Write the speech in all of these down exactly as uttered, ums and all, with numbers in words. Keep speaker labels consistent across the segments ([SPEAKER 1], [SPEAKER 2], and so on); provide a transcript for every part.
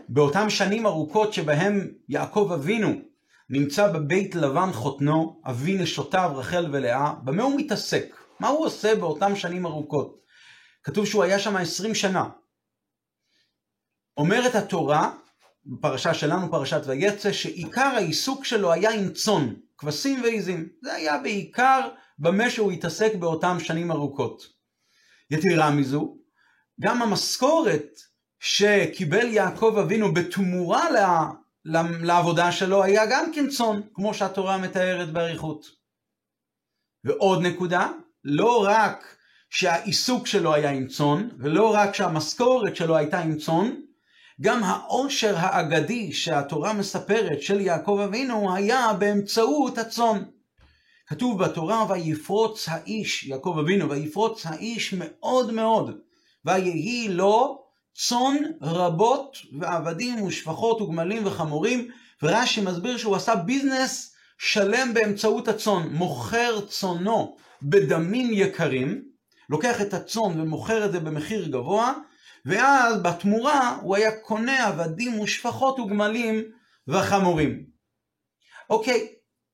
[SPEAKER 1] באותם שנים ארוכות שבהם יעקב אבינו נמצא בבית לבן חותנו, אבי נשותיו רחל ולאה, במה הוא מתעסק? מה הוא עושה באותם שנים ארוכות? כתוב שהוא היה שם עשרים שנה. אומרת התורה, בפרשה שלנו, פרשת ויצא, שעיקר העיסוק שלו היה עם צאן, כבשים ועיזים. זה היה בעיקר במה שהוא התעסק באותם שנים ארוכות. יתרה מזו, גם המשכורת שקיבל יעקב אבינו בתמורה לה, לעבודה שלו היה גם כן צאן, כמו שהתורה מתארת באריכות. ועוד נקודה, לא רק שהעיסוק שלו היה עם צאן, ולא רק שהמשכורת שלו הייתה עם צאן, גם העושר האגדי שהתורה מספרת של יעקב אבינו היה באמצעות הצאן. כתוב בתורה, ויפרוץ האיש, יעקב אבינו, ויפרוץ האיש מאוד מאוד, ויהי לו צאן רבות ועבדים ושפחות וגמלים וחמורים, ורש"י מסביר שהוא עשה ביזנס שלם באמצעות הצאן, מוכר צאנו בדמים יקרים, לוקח את הצאן ומוכר את זה במחיר גבוה, ואז בתמורה הוא היה קונה עבדים ושפחות וגמלים וחמורים. אוקיי,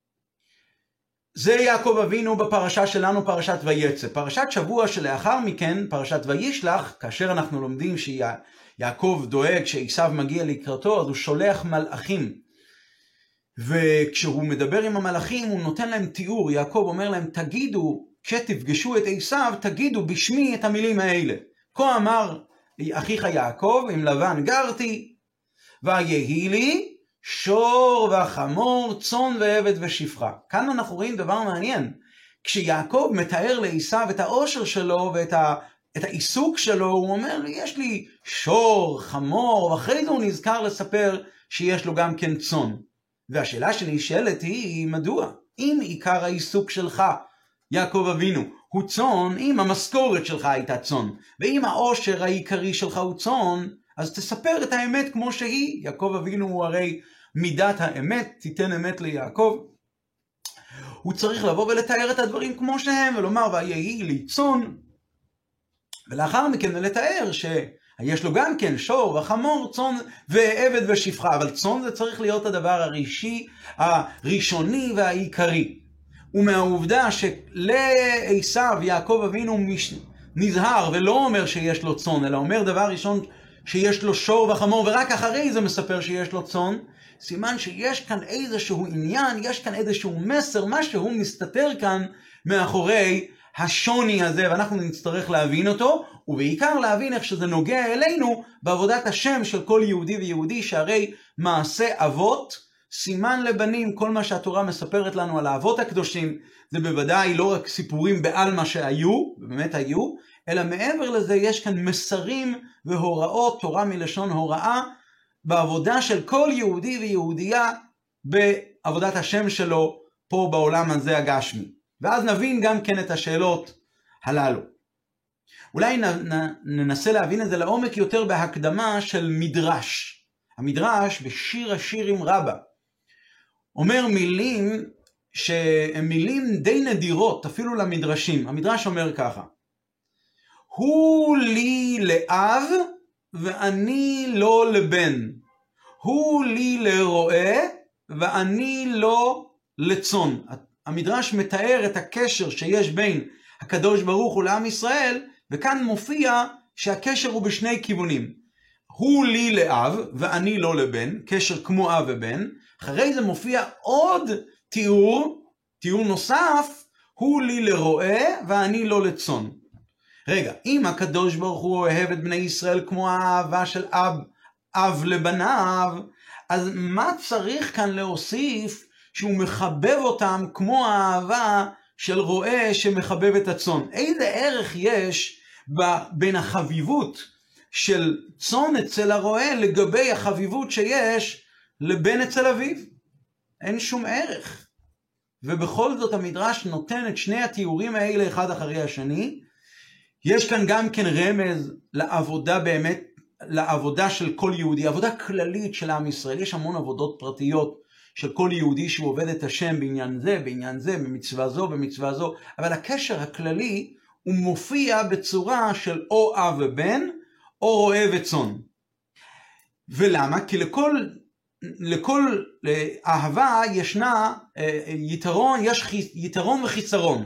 [SPEAKER 1] זה יעקב אבינו בפרשה שלנו, פרשת ויצא. פרשת שבוע שלאחר מכן, פרשת וישלח, כאשר אנחנו לומדים שיעקב דואג שעשיו מגיע לקראתו, אז הוא שולח מלאכים. וכשהוא מדבר עם המלאכים, הוא נותן להם תיאור. יעקב אומר להם, תגידו, כשתפגשו את עשיו, תגידו בשמי את המילים האלה. כה אמר אחיך יעקב, עם לבן גרתי, ויהי לי שור וחמור, צאן ועבד ושפחה. כאן אנחנו רואים דבר מעניין. כשיעקב מתאר לעשיו את העושר שלו ואת ה, את העיסוק שלו, הוא אומר, יש לי שור, חמור, ואחרי זה הוא נזכר לספר שיש לו גם כן צאן. והשאלה שנשאלת היא, מדוע? אם עיקר העיסוק שלך, יעקב אבינו, הוא צאן, אם המשכורת שלך הייתה צאן, ואם העושר העיקרי שלך הוא צאן, אז תספר את האמת כמו שהיא. יעקב אבינו הוא הרי מידת האמת, תיתן אמת ליעקב. הוא צריך לבוא ולתאר את הדברים כמו שהם, ולומר, ויהי לי צאן, ולאחר מכן לתאר שיש לו גם כן שור וחמור, צאן ועבד ושפחה, אבל צאן זה צריך להיות הדבר הראשי, הראשוני והעיקרי. ומהעובדה שלעשיו יעקב אבינו מש... נזהר ולא אומר שיש לו צאן, אלא אומר דבר ראשון שיש לו שור וחמור, ורק אחרי זה מספר שיש לו צאן, סימן שיש כאן איזשהו עניין, יש כאן איזשהו מסר, משהו מסתתר כאן מאחורי השוני הזה, ואנחנו נצטרך להבין אותו, ובעיקר להבין איך שזה נוגע אלינו בעבודת השם של כל יהודי ויהודי, שהרי מעשה אבות, סימן לבנים, כל מה שהתורה מספרת לנו על האבות הקדושים, זה בוודאי לא רק סיפורים בעל מה שהיו, באמת היו, אלא מעבר לזה יש כאן מסרים והוראות, תורה מלשון הוראה, בעבודה של כל יהודי ויהודייה, בעבודת השם שלו פה בעולם הזה הגשמי. ואז נבין גם כן את השאלות הללו. אולי נ, נ, ננסה להבין את זה לעומק יותר בהקדמה של מדרש. המדרש בשיר השירים רבה אומר מילים שהן מילים די נדירות אפילו למדרשים. המדרש אומר ככה, הוא לי לאב ואני לא לבן, הוא לי לרועה ואני לא לצאן. המדרש מתאר את הקשר שיש בין הקדוש ברוך הוא לעם ישראל, וכאן מופיע שהקשר הוא בשני כיוונים. הוא לי לאב ואני לא לבן, קשר כמו אב ובן. אחרי זה מופיע עוד תיאור, תיאור נוסף, הוא לי לרועה ואני לא לצאן. רגע, אם הקדוש ברוך הוא אוהב את בני ישראל כמו האהבה של אב, אב לבניו, אז מה צריך כאן להוסיף שהוא מחבב אותם כמו האהבה של רועה שמחבב את הצאן? איזה ערך יש בין החביבות של צאן אצל הרועה לגבי החביבות שיש לבן אצל אביו? אין שום ערך. ובכל זאת המדרש נותן את שני התיאורים האלה אחד אחרי השני. יש כאן גם כן רמז לעבודה באמת, לעבודה של כל יהודי, עבודה כללית של עם ישראל. יש המון עבודות פרטיות של כל יהודי שהוא עובד את השם בעניין זה, בעניין זה, במצווה זו, במצווה זו. אבל הקשר הכללי הוא מופיע בצורה של או אב ובן, או רועה וצאן. ולמה? כי לכל, לכל אהבה ישנה יתרון, יש יתרון וחיסרון.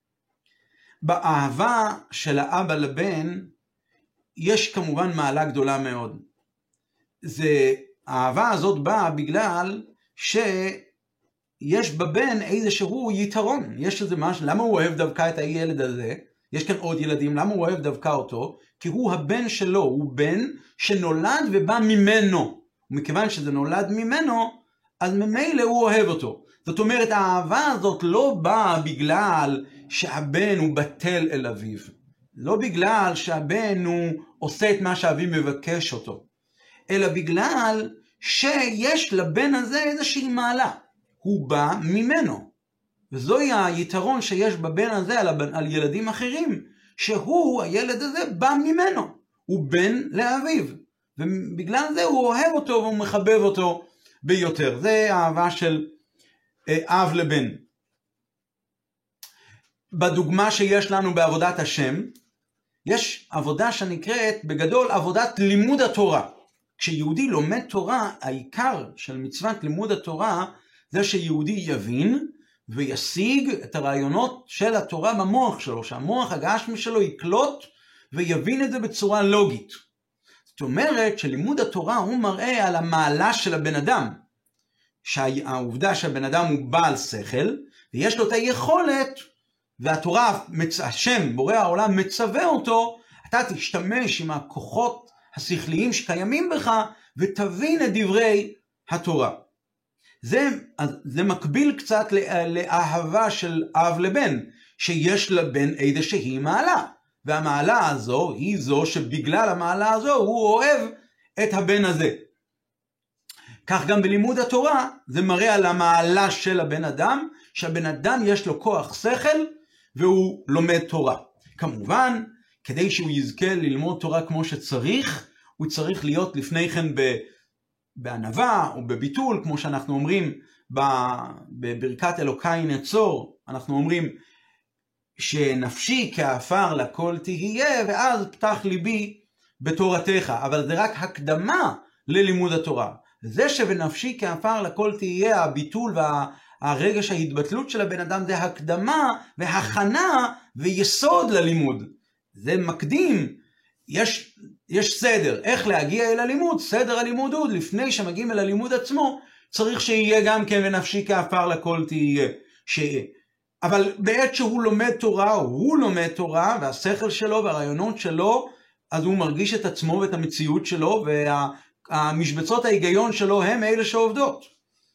[SPEAKER 1] באהבה של האבא לבן יש כמובן מעלה גדולה מאוד. זה, האהבה הזאת באה בגלל שיש בבן איזשהו יתרון. יש איזה משהו, למה הוא אוהב דווקא את הילד הזה? יש כאן עוד ילדים, למה הוא אוהב דווקא אותו? כי הוא הבן שלו, הוא בן שנולד ובא ממנו. ומכיוון שזה נולד ממנו, אז ממילא הוא אוהב אותו. זאת אומרת, האהבה הזאת לא באה בגלל שהבן הוא בטל אל אביו. לא בגלל שהבן הוא עושה את מה שאביו מבקש אותו. אלא בגלל שיש לבן הזה איזושהי מעלה. הוא בא ממנו. וזוהי היתרון שיש בבן הזה על, הבן, על ילדים אחרים, שהוא, הילד הזה, בא ממנו. הוא בן לאביו. ובגלל זה הוא אוהב אותו והוא מחבב אותו ביותר. זה האהבה של אה, אב לבן. בדוגמה שיש לנו בעבודת השם, יש עבודה שנקראת בגדול עבודת לימוד התורה. כשיהודי לומד תורה, העיקר של מצוות לימוד התורה, זה שיהודי יבין וישיג את הרעיונות של התורה במוח שלו, שהמוח הגשמי שלו יקלוט ויבין את זה בצורה לוגית. זאת אומרת שלימוד התורה הוא מראה על המעלה של הבן אדם, שהעובדה שהבן אדם הוא בעל שכל, ויש לו את היכולת, והתורה, השם, בורא העולם, מצווה אותו, אתה תשתמש עם הכוחות השכליים שקיימים בך, ותבין את דברי התורה. זה, זה מקביל קצת לאהבה של אב לבן, שיש לבן איזושהי מעלה. והמעלה הזו היא זו שבגלל המעלה הזו הוא אוהב את הבן הזה. כך גם בלימוד התורה זה מראה על המעלה של הבן אדם, שהבן אדם יש לו כוח שכל והוא לומד תורה. כמובן, כדי שהוא יזכה ללמוד תורה כמו שצריך, הוא צריך להיות לפני כן בענווה או בביטול, כמו שאנחנו אומרים בברכת אלוקי נצור, אנחנו אומרים שנפשי כעפר לכל תהיה, ואז פתח ליבי בתורתך. אבל זה רק הקדמה ללימוד התורה. זה שבנפשי כעפר לכל תהיה, הביטול והרגש ההתבטלות של הבן אדם, זה הקדמה והכנה ויסוד ללימוד. זה מקדים. יש, יש סדר. איך להגיע אל הלימוד? סדר הלימוד הוא, לפני שמגיעים אל הלימוד עצמו, צריך שיהיה גם כן ונפשי כעפר לכל תהיה. ש... אבל בעת שהוא לומד תורה, הוא לומד תורה, והשכל שלו והרעיונות שלו, אז הוא מרגיש את עצמו ואת המציאות שלו, והמשבצות ההיגיון שלו הם אלה שעובדות.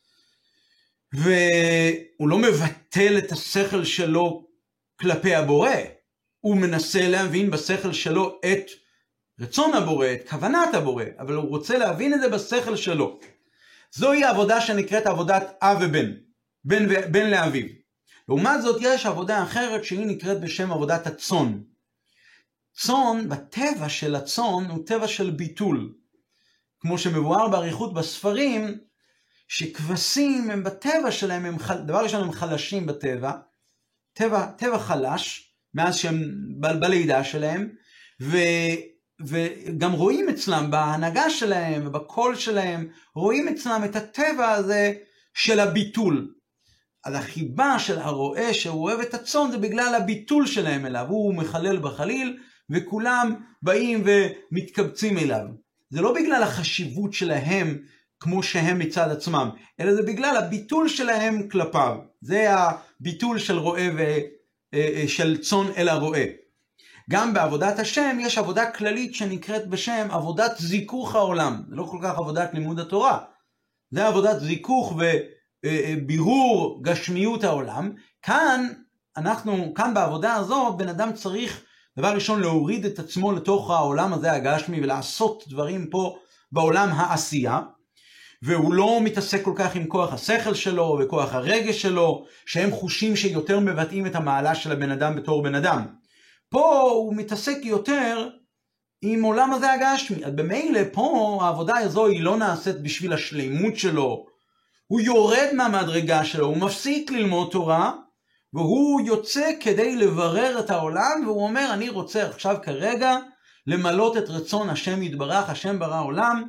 [SPEAKER 1] והוא לא מבטל את השכל שלו כלפי הבורא, הוא מנסה להבין בשכל שלו את רצון הבורא, את כוונת הבורא, אבל הוא רוצה להבין את זה בשכל שלו. זוהי העבודה שנקראת עבודת אב ובן, בן, בן לאביו. לעומת זאת יש עבודה אחרת שהיא נקראת בשם עבודת הצאן. צאן, בטבע של הצאן הוא טבע של ביטול. כמו שמבואר בעריכות בספרים, שכבשים הם בטבע שלהם, הם, דבר ראשון הם חלשים בטבע, טבע, טבע חלש, מאז שהם ב, בלידה שלהם, ו, וגם רואים אצלם בהנהגה שלהם ובקול שלהם, רואים אצלם את הטבע הזה של הביטול. אז החיבה של הרועה שהוא אוהב את הצאן זה בגלל הביטול שלהם אליו, הוא מחלל בחליל וכולם באים ומתקבצים אליו. זה לא בגלל החשיבות שלהם כמו שהם מצד עצמם, אלא זה בגלל הביטול שלהם כלפיו. זה הביטול של רועה ושל צאן אל הרועה. גם בעבודת השם יש עבודה כללית שנקראת בשם עבודת זיכוך העולם. זה לא כל כך עבודת לימוד התורה. זה עבודת זיכוך ובירור גשמיות העולם. כאן, אנחנו, כאן בעבודה הזו, בן אדם צריך דבר ראשון להוריד את עצמו לתוך העולם הזה הגשמי ולעשות דברים פה בעולם העשייה. והוא לא מתעסק כל כך עם כוח השכל שלו וכוח הרגש שלו, שהם חושים שיותר מבטאים את המעלה של הבן אדם בתור בן אדם. פה הוא מתעסק יותר עם עולם הזה הגשמי. אז במילא פה העבודה הזו היא לא נעשית בשביל השלימות שלו. הוא יורד מהמדרגה שלו, הוא מפסיק ללמוד תורה, והוא יוצא כדי לברר את העולם, והוא אומר אני רוצה עכשיו כרגע למלות את רצון השם יתברך, השם ברא עולם,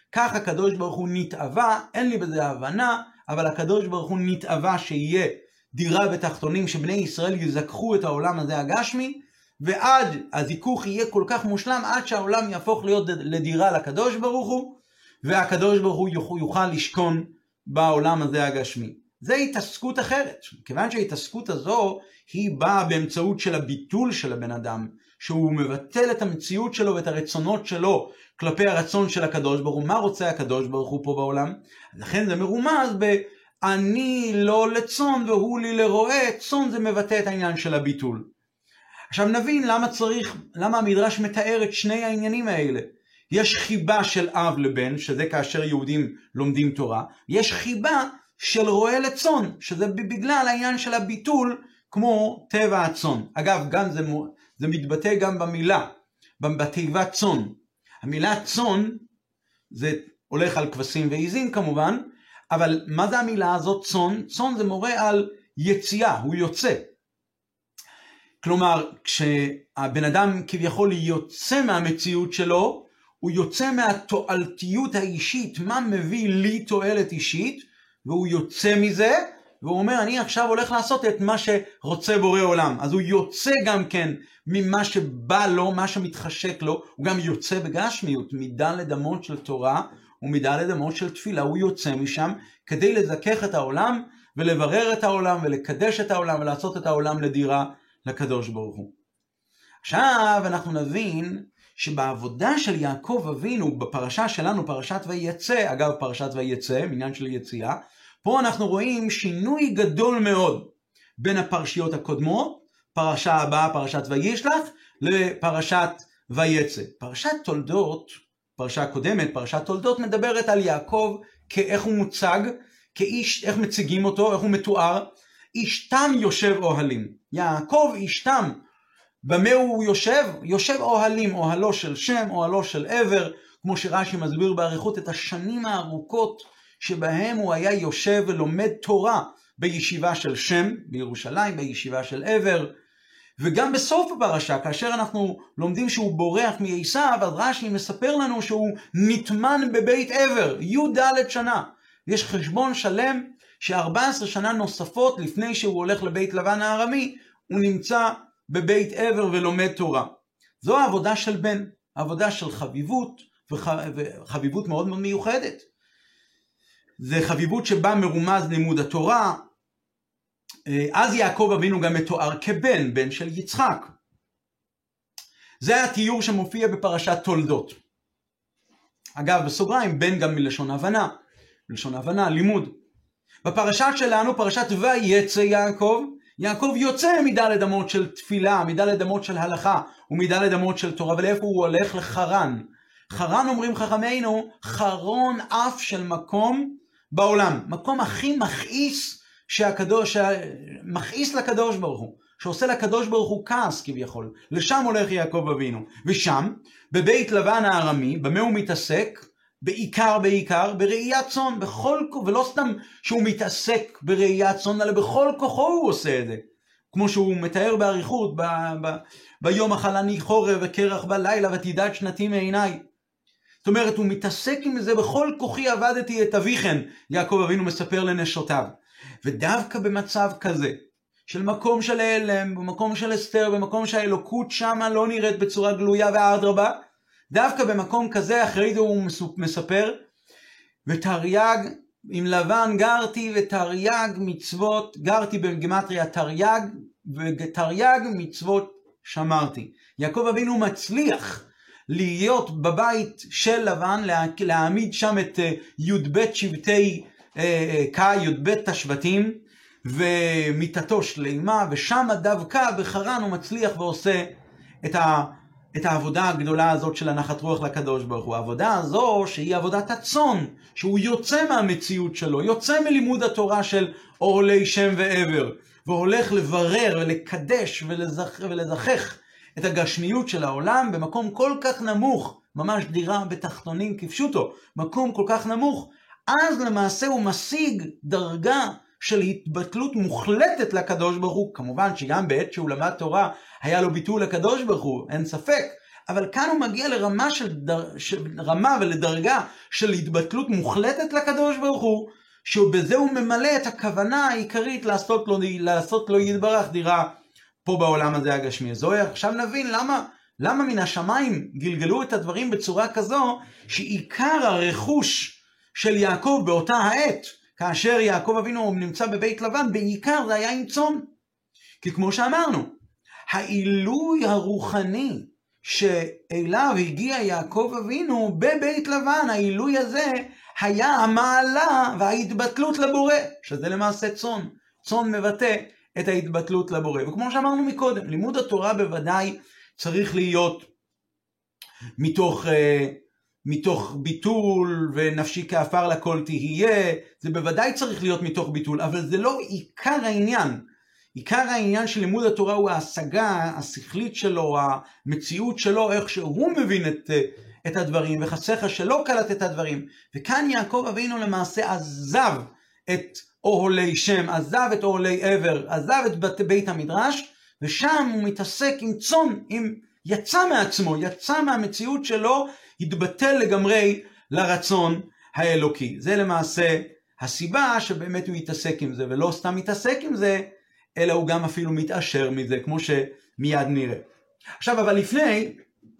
[SPEAKER 1] כך הקדוש ברוך הוא נתאווה, אין לי בזה הבנה, אבל הקדוש ברוך הוא נתאווה שיהיה דירה בתחתונים, שבני ישראל יזכחו את העולם הזה הגשמי, ועד הזיכוך יהיה כל כך מושלם, עד שהעולם יהפוך להיות לדירה לקדוש ברוך הוא, והקדוש ברוך הוא יוכל לשכון בעולם הזה הגשמי. זה התעסקות אחרת, כיוון שההתעסקות הזו היא באה באמצעות של הביטול של הבן אדם, שהוא מבטל את המציאות שלו ואת הרצונות שלו כלפי הרצון של הקדוש ברוך הוא. מה רוצה הקדוש ברוך הוא פה בעולם? לכן זה מרומז ב... אני לא לצון והוא לי לרועה. צון זה מבטא את העניין של הביטול. עכשיו נבין למה צריך, למה המדרש מתאר את שני העניינים האלה. יש חיבה של אב לבן, שזה כאשר יהודים לומדים תורה. יש חיבה של רועה לצון, שזה בגלל העניין של הביטול, כמו טבע הצון. אגב, גם זה, זה מתבטא גם במילה, בתיבת צון. המילה צון, זה הולך על כבשים ועיזים כמובן, אבל מה זה המילה הזאת צון? צון זה מורה על יציאה, הוא יוצא. כלומר, כשהבן אדם כביכול יוצא מהמציאות שלו, הוא יוצא מהתועלתיות האישית, מה מביא לי תועלת אישית, והוא יוצא מזה, והוא אומר, אני עכשיו הולך לעשות את מה שרוצה בורא עולם. אז הוא יוצא גם כן ממה שבא לו, מה שמתחשק לו, הוא גם יוצא בגשמיות, מדלת אמות של תורה, ומדלת אמות של תפילה, הוא יוצא משם, כדי לזכך את העולם, ולברר את העולם, ולקדש את העולם, ולעשות את העולם לדירה לקדוש ברוך הוא. עכשיו אנחנו נבין, שבעבודה של יעקב אבינו, בפרשה שלנו, פרשת ויצא, אגב פרשת ויצא, עניין של יציאה, פה אנחנו רואים שינוי גדול מאוד בין הפרשיות הקודמות, פרשה הבאה, פרשת וישלח, לפרשת ויצא. פרשת תולדות, פרשה קודמת, פרשת תולדות, מדברת על יעקב כאיך הוא מוצג, כאיש, איך מציגים אותו, איך הוא מתואר, איש תם יושב אוהלים. יעקב איש תם, במה הוא יושב? יושב אוהלים, אוהלו של שם, אוהלו של עבר, כמו שרש"י מסביר באריכות את השנים הארוכות שבהם הוא היה יושב ולומד תורה בישיבה של שם, בירושלים, בישיבה של עבר, וגם בסוף הפרשה, כאשר אנחנו לומדים שהוא בורח מעשיו, אז רש"י מספר לנו שהוא נטמן בבית עבר, י"ד שנה. יש חשבון שלם ש-ארבע עשרה שנה נוספות לפני שהוא הולך לבית לבן הארמי, הוא נמצא בבית עבר ולומד תורה. זו העבודה של בן, עבודה של חביבות, וח... וחביבות מאוד מאוד מיוחדת. זה חביבות שבה מרומז לימוד התורה. אז יעקב אבינו גם מתואר כבן, בן של יצחק. זה התיאור שמופיע בפרשת תולדות. אגב, בסוגריים, בן גם מלשון הבנה. מלשון הבנה, לימוד. בפרשת שלנו, פרשת ויצא יעקב, יעקב יוצא מדלת אמות של תפילה, מדלת אמות של הלכה, ומדלת אמות של תורה, ולאיפה הוא הולך? לחרן. חרן אומרים חכמינו, חרון אף של מקום בעולם. מקום הכי מכעיס שהקדוש, מכעיס לקדוש ברוך הוא, שעושה לקדוש ברוך הוא כעס כביכול. לשם הולך יעקב אבינו. ושם, בבית לבן הארמי, במה הוא מתעסק? בעיקר בעיקר בראיית צאן, בכל, ולא סתם שהוא מתעסק בראיית צאן, אלא בכל כוחו הוא עושה את זה. כמו שהוא מתאר באריכות, ב, ב, ביום אכלני חורב וקרח בלילה ותדעת שנתי מעיניי. זאת אומרת, הוא מתעסק עם זה, בכל כוחי עבדתי את אביכן, יעקב אבינו מספר לנשותיו. ודווקא במצב כזה, של מקום של העלם, במקום של אסתר, במקום שהאלוקות שמה לא נראית בצורה גלויה ואדרבה, דווקא במקום כזה, אחרי זה הוא מספר, ותרי"ג עם לבן גרתי, ותרי"ג מצוות, גרתי בגימטריה תרי"ג, ותרי"ג מצוות שמרתי. יעקב אבינו מצליח להיות בבית של לבן, להעמיד שם את י"ב שבטי קה, י"ב השבטים, ומיתתו שלמה, ושם דווקא בחרן הוא מצליח ועושה את ה... את העבודה הגדולה הזאת של הנחת רוח לקדוש ברוך הוא. העבודה הזו שהיא עבודת הצאן, שהוא יוצא מהמציאות שלו, יוצא מלימוד התורה של אוהלי שם ועבר, והולך לברר ולקדש ולזכ... ולזכך את הגשמיות של העולם במקום כל כך נמוך, ממש דירה בתחתונים כפשוטו, מקום כל כך נמוך, אז למעשה הוא משיג דרגה של התבטלות מוחלטת לקדוש ברוך הוא. כמובן שגם בעת שהוא למד תורה היה לו ביטול לקדוש ברוך הוא, אין ספק, אבל כאן הוא מגיע לרמה של, דר... של רמה ולדרגה של התבטלות מוחלטת לקדוש ברוך הוא, שבזה הוא ממלא את הכוונה העיקרית לעשות לו, לעשות לו יתברך דירה פה בעולם הזה הגשמי. זוהי, עכשיו נבין למה, למה מן השמיים גלגלו את הדברים בצורה כזו, שעיקר הרכוש של יעקב באותה העת, כאשר יעקב אבינו נמצא בבית לבן, בעיקר זה היה עם צאן. כי כמו שאמרנו, העילוי הרוחני שאליו הגיע יעקב אבינו בבית לבן, העילוי הזה היה המעלה וההתבטלות לבורא, שזה למעשה צאן. צאן מבטא את ההתבטלות לבורא. וכמו שאמרנו מקודם, לימוד התורה בוודאי צריך להיות מתוך, מתוך ביטול, ונפשי כעפר לכל תהיה, זה בוודאי צריך להיות מתוך ביטול, אבל זה לא עיקר העניין. עיקר העניין של לימוד התורה הוא ההשגה השכלית שלו, המציאות שלו, איך שהוא מבין את, את הדברים, וחסך שלא קלט את הדברים. וכאן יעקב אבינו למעשה עזב את אוהלי שם, עזב את אוהלי עבר, עזב את בית המדרש, ושם הוא מתעסק עם צאן, עם יצא מעצמו, יצא מהמציאות שלו, התבטל לגמרי לרצון האלוקי. זה למעשה הסיבה שבאמת הוא יתעסק עם זה, ולא סתם מתעסק עם זה, אלא הוא גם אפילו מתעשר מזה, כמו שמיד נראה. עכשיו, אבל לפני,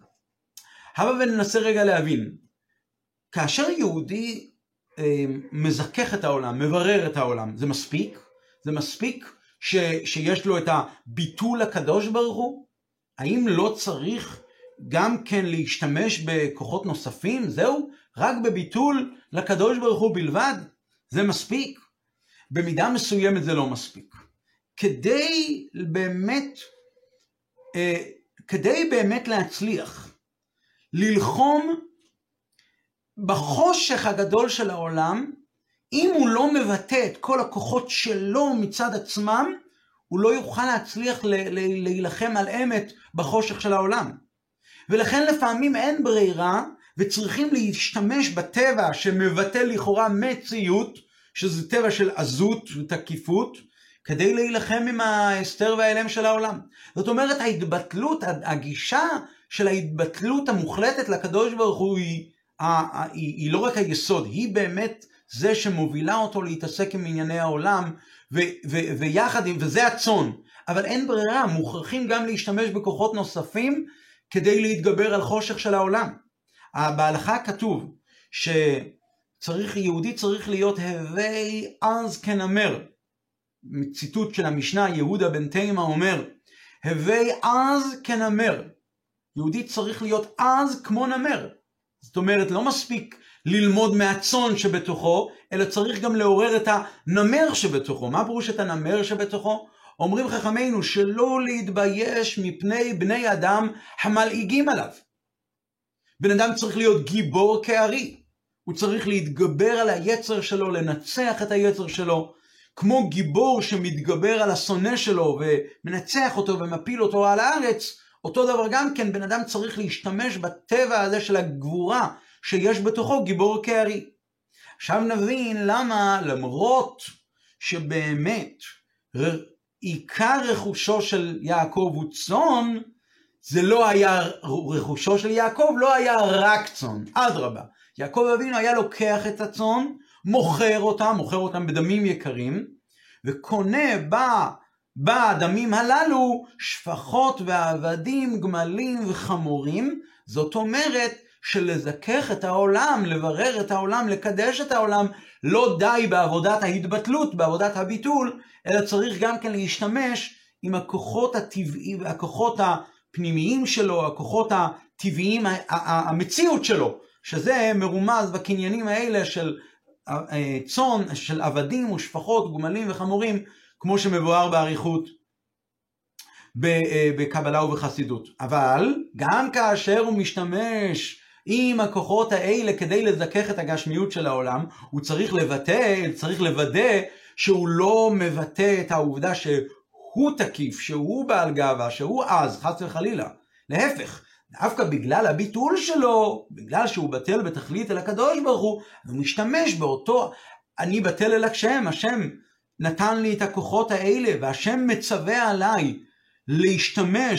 [SPEAKER 1] הבה וננסה רגע להבין, כאשר יהודי אה, מזכך את העולם, מברר את העולם, זה מספיק? זה מספיק ש, שיש לו את הביטול הקדוש ברוך הוא? האם לא צריך גם כן להשתמש בכוחות נוספים? זהו? רק בביטול לקדוש ברוך הוא בלבד? זה מספיק? במידה מסוימת זה לא מספיק. כדי באמת, אה, כדי באמת להצליח, ללחום בחושך הגדול של העולם, אם הוא לא מבטא את כל הכוחות שלו מצד עצמם, הוא לא יוכל להצליח ל- ל- להילחם על אמת בחושך של העולם. ולכן לפעמים אין ברירה, וצריכים להשתמש בטבע שמבטא לכאורה מציאות, שזה טבע של עזות ותקיפות, כדי להילחם עם ההסתר והאלם של העולם. זאת אומרת, ההתבטלות, הגישה של ההתבטלות המוחלטת לקדוש ברוך הוא, היא, היא, היא לא רק היסוד, היא באמת זה שמובילה אותו להתעסק עם ענייני העולם, ו, ו, ויחד עם, וזה הצאן. אבל אין ברירה, מוכרחים גם להשתמש בכוחות נוספים, כדי להתגבר על חושך של העולם. בהלכה כתוב, שצריך, יהודי צריך להיות הווי עז כנמר. ציטוט של המשנה, יהודה בן תימה אומר, הווי עז כנמר. יהודי צריך להיות עז כמו נמר. זאת אומרת, לא מספיק ללמוד מהצאן שבתוכו, אלא צריך גם לעורר את הנמר שבתוכו. מה פירוש את הנמר שבתוכו? אומרים חכמינו שלא להתבייש מפני בני אדם המלעיגים עליו. בן אדם צריך להיות גיבור כארי. הוא צריך להתגבר על היצר שלו, לנצח את היצר שלו, כמו גיבור שמתגבר על השונא שלו ומנצח אותו ומפיל אותו על הארץ. אותו דבר גם כן, בן אדם צריך להשתמש בטבע הזה של הגבורה שיש בתוכו גיבור כארי. עכשיו נבין למה למרות שבאמת עיקר רכושו של יעקב הוא צאן, זה לא היה רכושו של יעקב, לא היה רק צאן. אדרבה, יעקב אבינו היה לוקח את הצאן, מוכר אותם, מוכר אותם בדמים יקרים, וקונה בה, בדמים הללו שפחות ועבדים, גמלים וחמורים. זאת אומרת שלזכך את העולם, לברר את העולם, לקדש את העולם, לא די בעבודת ההתבטלות, בעבודת הביטול, אלא צריך גם כן להשתמש עם הכוחות הטבעיים, הכוחות הפנימיים שלו, הכוחות הטבעיים, המציאות שלו, שזה מרומז בקניינים האלה של צאן, של עבדים ושפחות, גמלים וחמורים, כמו שמבואר באריכות בקבלה ובחסידות. אבל גם כאשר הוא משתמש עם הכוחות האלה כדי לזכך את הגשמיות של העולם, הוא צריך לבטא, צריך לוודא שהוא לא מבטא את העובדה שהוא תקיף, שהוא בעל גאווה, שהוא עז, חס וחלילה. להפך, דווקא בגלל הביטול שלו, בגלל שהוא בטל בתכלית אל הקדוש ברוך הוא, הוא משתמש באותו, אני בטל אל השם, השם נתן לי את הכוחות האלה, והשם מצווה עליי להשתמש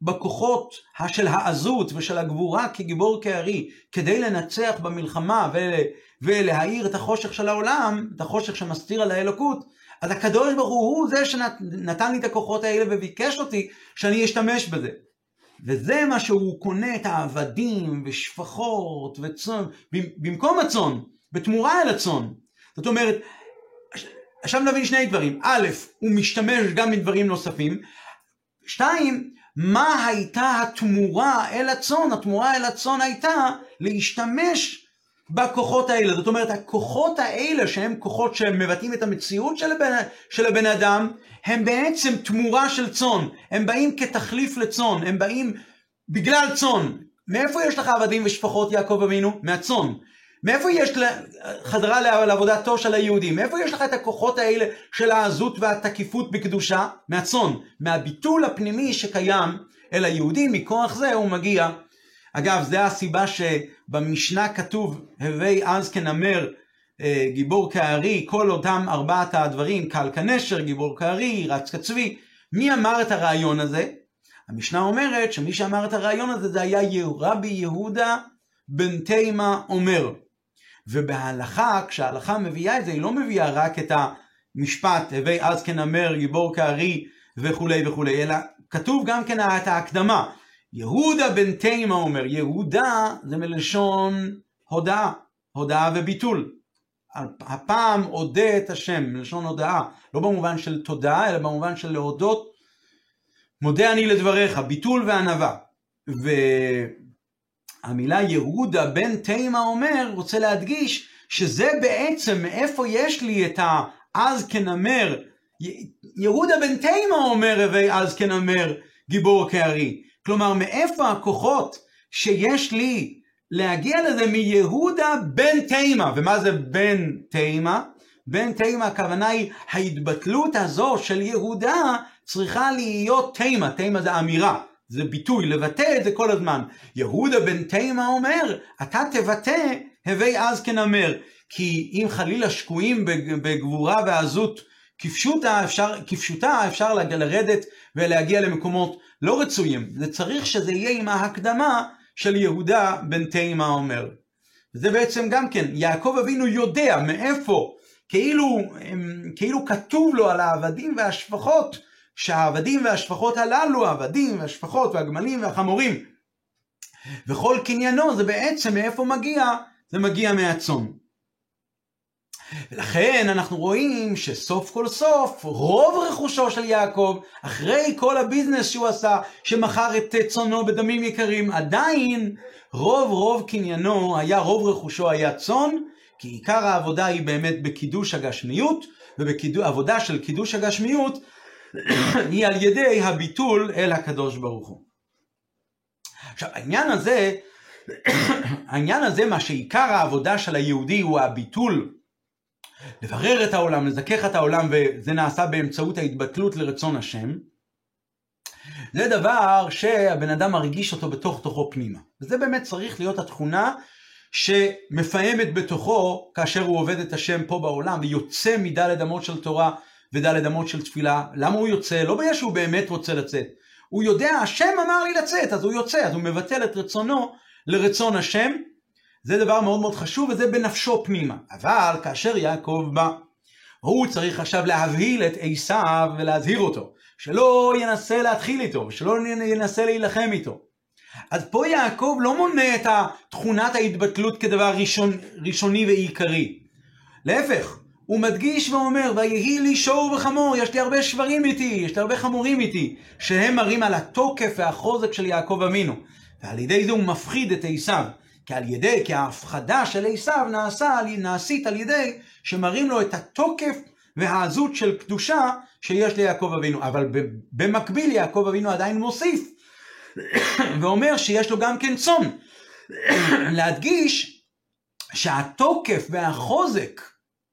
[SPEAKER 1] בכוחות של העזות ושל הגבורה כגיבור כארי, כדי לנצח במלחמה ול... ולהאיר את החושך של העולם, את החושך שמסתיר על האלוקות, אז הקדוש ברוך הוא זה שנתן לי את הכוחות האלה וביקש אותי שאני אשתמש בזה. וזה מה שהוא קונה את העבדים ושפחות וצאן, במקום הצאן, בתמורה אל הצאן. זאת אומרת, עכשיו נבין שני דברים. א', הוא משתמש גם מדברים נוספים. שתיים, מה הייתה התמורה אל הצאן? התמורה אל הצאן הייתה להשתמש בכוחות האלה. זאת אומרת, הכוחות האלה שהם כוחות שמבטאים את המציאות של הבן, של הבן אדם, הם בעצם תמורה של צאן. הם באים כתחליף לצאן. הם באים בגלל צאן. מאיפה יש לך עבדים ושפחות, יעקב אבינו? מהצאן. מאיפה יש חזרה לעבודתו של היהודים? מאיפה יש לך את הכוחות האלה של העזות והתקיפות בקדושה? מהצאן. מהביטול הפנימי שקיים אל היהודים, מכוח זה הוא מגיע. אגב, זה הסיבה שבמשנה כתוב, הווי אז כנמר גיבור כארי, כל אותם ארבעת הדברים, קל כנשר, גיבור כארי, רץ כצבי. מי אמר את הרעיון הזה? המשנה אומרת שמי שאמר את הרעיון הזה זה היה רבי יהודה בן תימה אומר. ובהלכה, כשההלכה מביאה את זה, היא לא מביאה רק את המשפט, הווי אז כנמר גיבור כארי וכו' וכו', אלא כתוב גם כן את ההקדמה. יהודה בן תימה אומר, יהודה זה מלשון הודאה, הודאה וביטול. הפעם הודה את השם, מלשון הודאה, לא במובן של תודה, אלא במובן של להודות, מודה אני לדבריך, ביטול וענווה. והמילה יהודה בן תימה אומר, רוצה להדגיש שזה בעצם מאיפה יש לי את האז כנמר, יהודה בן תימה אומר, הווי אז כנמר גיבור כארי. כלומר, מאיפה הכוחות שיש לי להגיע לזה? מיהודה בן תימה. ומה זה בן תימה? בן תימה, הכוונה היא, ההתבטלות הזו של יהודה צריכה להיות תימה. תימה זה אמירה, זה ביטוי, לבטא את זה כל הזמן. יהודה בן תימה אומר, אתה תבטא הווי אז כנמר. כי אם חלילה שקועים בגבורה ועזות כפשוטה, אפשר, כפשוטה אפשר לרדת ולהגיע למקומות לא רצויים. זה צריך שזה יהיה עם ההקדמה של יהודה בן תימה אומר. זה בעצם גם כן, יעקב אבינו יודע מאיפה, כאילו, כאילו כתוב לו על העבדים והשפחות, שהעבדים והשפחות הללו, העבדים והשפחות והגמלים והחמורים, וכל קניינו זה בעצם מאיפה מגיע, זה מגיע מהצאן. ולכן אנחנו רואים שסוף כל סוף רוב רכושו של יעקב, אחרי כל הביזנס שהוא עשה, שמכר את צאנו בדמים יקרים, עדיין רוב רוב קניינו היה, רוב רכושו היה צאן, כי עיקר העבודה היא באמת בקידוש הגשמיות, ובעבודה של קידוש הגשמיות היא על ידי הביטול אל הקדוש ברוך הוא. עכשיו העניין הזה, העניין הזה מה שעיקר העבודה של היהודי הוא הביטול, לברר את העולם, לזכך את העולם, וזה נעשה באמצעות ההתבטלות לרצון השם. זה דבר שהבן אדם מרגיש אותו בתוך תוכו פנימה. וזה באמת צריך להיות התכונה שמפעמת בתוכו כאשר הוא עובד את השם פה בעולם, ויוצא מדלת אמות של תורה ודלת אמות של תפילה. למה הוא יוצא? לא בגלל שהוא באמת רוצה לצאת. הוא יודע, השם אמר לי לצאת, אז הוא יוצא, אז הוא מבטל את רצונו לרצון השם. זה דבר מאוד מאוד חשוב, וזה בנפשו פנימה. אבל כאשר יעקב בא, הוא צריך עכשיו להבהיל את עשיו ולהזהיר אותו, שלא ינסה להתחיל איתו, שלא ינסה להילחם איתו. אז פה יעקב לא מונה את תכונת ההתבטלות כדבר ראשון, ראשוני ועיקרי. להפך, הוא מדגיש ואומר, ויהי לי שור וחמור, יש לי הרבה שברים איתי, יש לי הרבה חמורים איתי, שהם מראים על התוקף והחוזק של יעקב אבינו. ועל ידי זה הוא מפחיד את עשיו. כי על ידי, כי ההפחדה של עשיו נעשה, נעשית על ידי שמראים לו את התוקף והעזות של קדושה שיש ליעקב אבינו. אבל במקביל יעקב אבינו עדיין מוסיף ואומר שיש לו גם כן צאן. להדגיש שהתוקף והחוזק,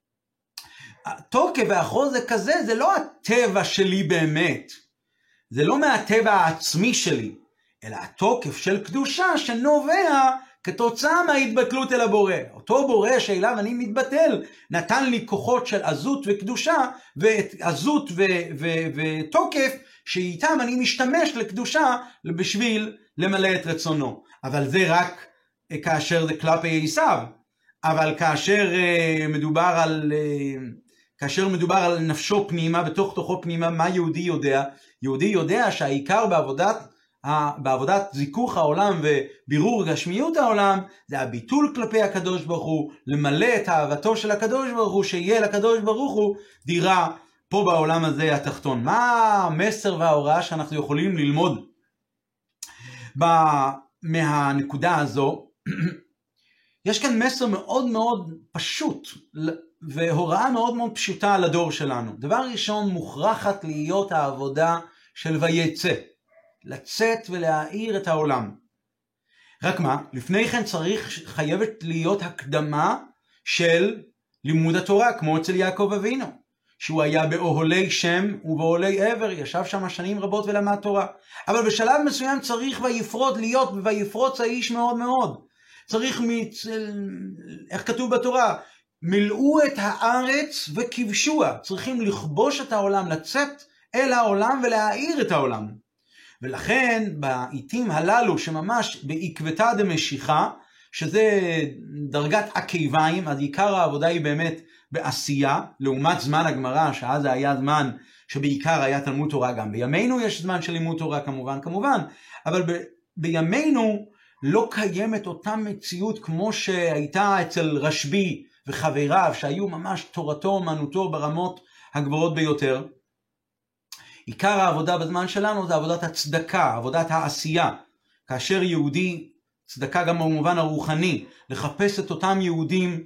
[SPEAKER 1] התוקף והחוזק הזה זה לא הטבע שלי באמת, זה לא מהטבע העצמי שלי, אלא התוקף של קדושה שנובע כתוצאה מההתבטלות אל הבורא. אותו בורא שאליו אני מתבטל, נתן לי כוחות של עזות וקדושה, ועזות ותוקף שאיתם אני משתמש לקדושה בשביל למלא את רצונו. אבל זה רק כאשר זה כלפי עשיו. אבל כאשר מדובר על, כאשר מדובר על נפשו פנימה, בתוך תוכו פנימה, מה יהודי יודע? יהודי יודע שהעיקר בעבודת, בעבודת זיכוך העולם ובירור גשמיות העולם, זה הביטול כלפי הקדוש ברוך הוא, למלא את אהבתו של הקדוש ברוך הוא, שיהיה לקדוש ברוך הוא דירה פה בעולם הזה התחתון. מה המסר וההוראה שאנחנו יכולים ללמוד מהנקודה הזו? יש כאן מסר מאוד מאוד פשוט, והוראה מאוד מאוד פשוטה לדור שלנו. דבר ראשון, מוכרחת להיות העבודה של ויצא, לצאת ולהאיר את העולם. רק מה? לפני כן צריך, חייבת להיות הקדמה של לימוד התורה, כמו אצל יעקב אבינו, שהוא היה באוהלי שם ובאוהלי עבר, ישב שם שנים רבות ולמד תורה. אבל בשלב מסוים צריך ויפרוץ להיות, ויפרוץ האיש מאוד מאוד. צריך, מצ... איך כתוב בתורה? מילאו את הארץ וכבשוה. צריכים לכבוש את העולם, לצאת אל העולם ולהאיר את העולם. ולכן בעיתים הללו שממש בעקבתא דמשיחא, שזה דרגת עקביים, אז עיקר העבודה היא באמת בעשייה, לעומת זמן הגמרא, שאז זה היה זמן שבעיקר היה תלמוד תורה. גם בימינו יש זמן של לימוד תורה כמובן, כמובן, אבל ב... בימינו לא קיימת אותה מציאות כמו שהייתה אצל רשב"י וחבריו, שהיו ממש תורתו אומנותו ברמות הגבוהות ביותר. עיקר העבודה בזמן שלנו זה עבודת הצדקה, עבודת העשייה. כאשר יהודי, צדקה גם במובן הרוחני, לחפש את אותם יהודים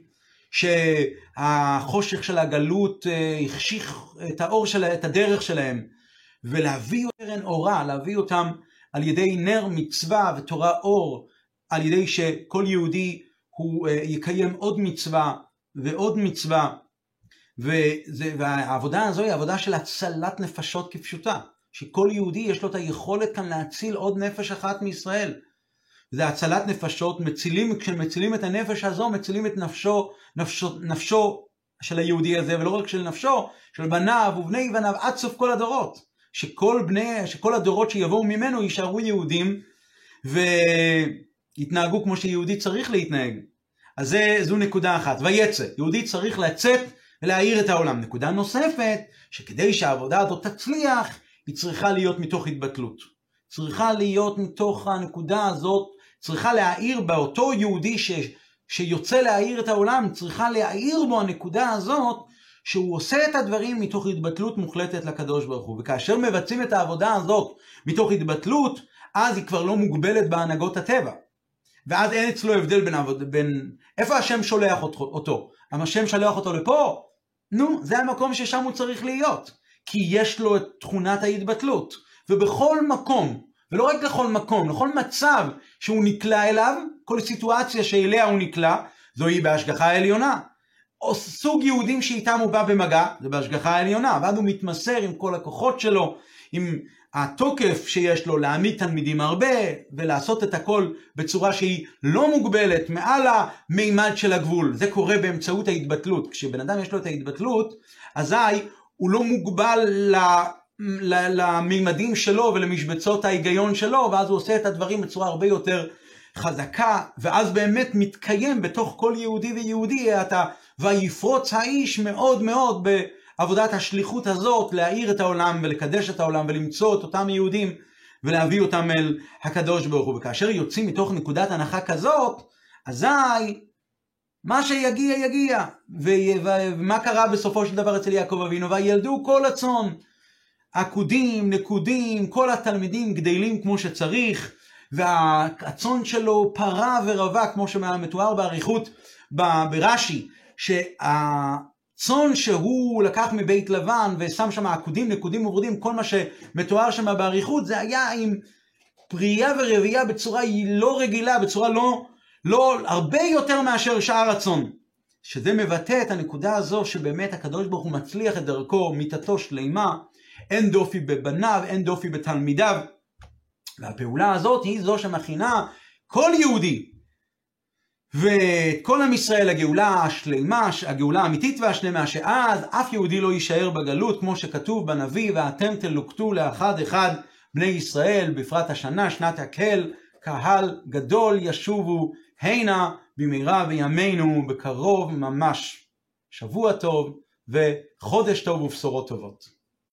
[SPEAKER 1] שהחושך של הגלות החשיך את האור שלהם, את הדרך שלהם, ולהביא קרן אורה, להביא אותם על ידי נר מצווה ותורה אור, על ידי שכל יהודי הוא יקיים עוד מצווה ועוד מצווה. וזה, והעבודה הזו היא עבודה של הצלת נפשות כפשוטה, שכל יהודי יש לו את היכולת כאן להציל עוד נפש אחת מישראל. זה הצלת נפשות, מצילים, כשמצילים את הנפש הזו, מצילים את נפשו, נפשו, נפשו של היהודי הזה, ולא רק של נפשו, של בניו ובני בניו, עד סוף כל הדורות. שכל בני, שכל הדורות שיבואו ממנו יישארו יהודים, ויתנהגו כמו שיהודי צריך להתנהג. אז זה, זו נקודה אחת. ויצא, יהודי צריך לצאת ולהאיר את העולם. נקודה נוספת, שכדי שהעבודה הזאת תצליח, היא צריכה להיות מתוך התבטלות. צריכה להיות מתוך הנקודה הזאת, צריכה להאיר באותו יהודי ש, שיוצא להאיר את העולם, צריכה להאיר בו הנקודה הזאת, שהוא עושה את הדברים מתוך התבטלות מוחלטת לקדוש ברוך הוא. וכאשר מבצעים את העבודה הזאת מתוך התבטלות, אז היא כבר לא מוגבלת בהנהגות הטבע. ואז אין אצלו הבדל בין, בין איפה השם שולח אותו. אבל השם שולח אותו לפה, נו, זה המקום ששם הוא צריך להיות. כי יש לו את תכונת ההתבטלות. ובכל מקום, ולא רק לכל מקום, לכל מצב שהוא נקלע אליו, כל סיטואציה שאליה הוא נקלע, זוהי בהשגחה העליונה. או סוג יהודים שאיתם הוא בא במגע, זה בהשגחה העליונה, ואז הוא מתמסר עם כל הכוחות שלו, עם התוקף שיש לו להעמיד תלמידים הרבה, ולעשות את הכל בצורה שהיא לא מוגבלת מעל המימד של הגבול. זה קורה באמצעות ההתבטלות. כשבן אדם יש לו את ההתבטלות, אזי הוא לא מוגבל ל... למימדים שלו ולמשבצות ההיגיון שלו, ואז הוא עושה את הדברים בצורה הרבה יותר חזקה, ואז באמת מתקיים בתוך כל יהודי ויהודי אתה ויפרוץ האיש מאוד מאוד בעבודת השליחות הזאת, להאיר את העולם ולקדש את העולם ולמצוא את אותם יהודים ולהביא אותם אל הקדוש ברוך הוא. וכאשר יוצאים מתוך נקודת הנחה כזאת, אזי מה שיגיע יגיע. ומה קרה בסופו של דבר אצל יעקב אבינו? וילדו כל הצאן, עקודים, נקודים, כל התלמידים גדלים כמו שצריך, והצאן שלו פרה ורבה, כמו שמתואר באריכות ברש"י, שהצאן שהוא לקח מבית לבן ושם שם עקודים, נקודים וברודים, כל מה שמתואר שם באריכות, זה היה עם פרייה ורבייה בצורה לא רגילה, בצורה לא, לא הרבה יותר מאשר שאר הצאן. שזה מבטא את הנקודה הזו שבאמת הקדוש ברוך הוא מצליח את דרכו, מיתתו שלמה, אין דופי בבניו, אין דופי בתלמידיו. והפעולה הזאת היא זו שמכינה כל יהודי. ואת כל עם ישראל הגאולה השלמה, הגאולה האמיתית והשלמה, שאז אף יהודי לא יישאר בגלות, כמו שכתוב בנביא, ואתם תלוקטו לאחד אחד בני ישראל, בפרט השנה, שנת הקהל, קהל גדול ישובו הנה במהרה בימינו, בקרוב ממש. שבוע טוב וחודש טוב ובשורות טובות.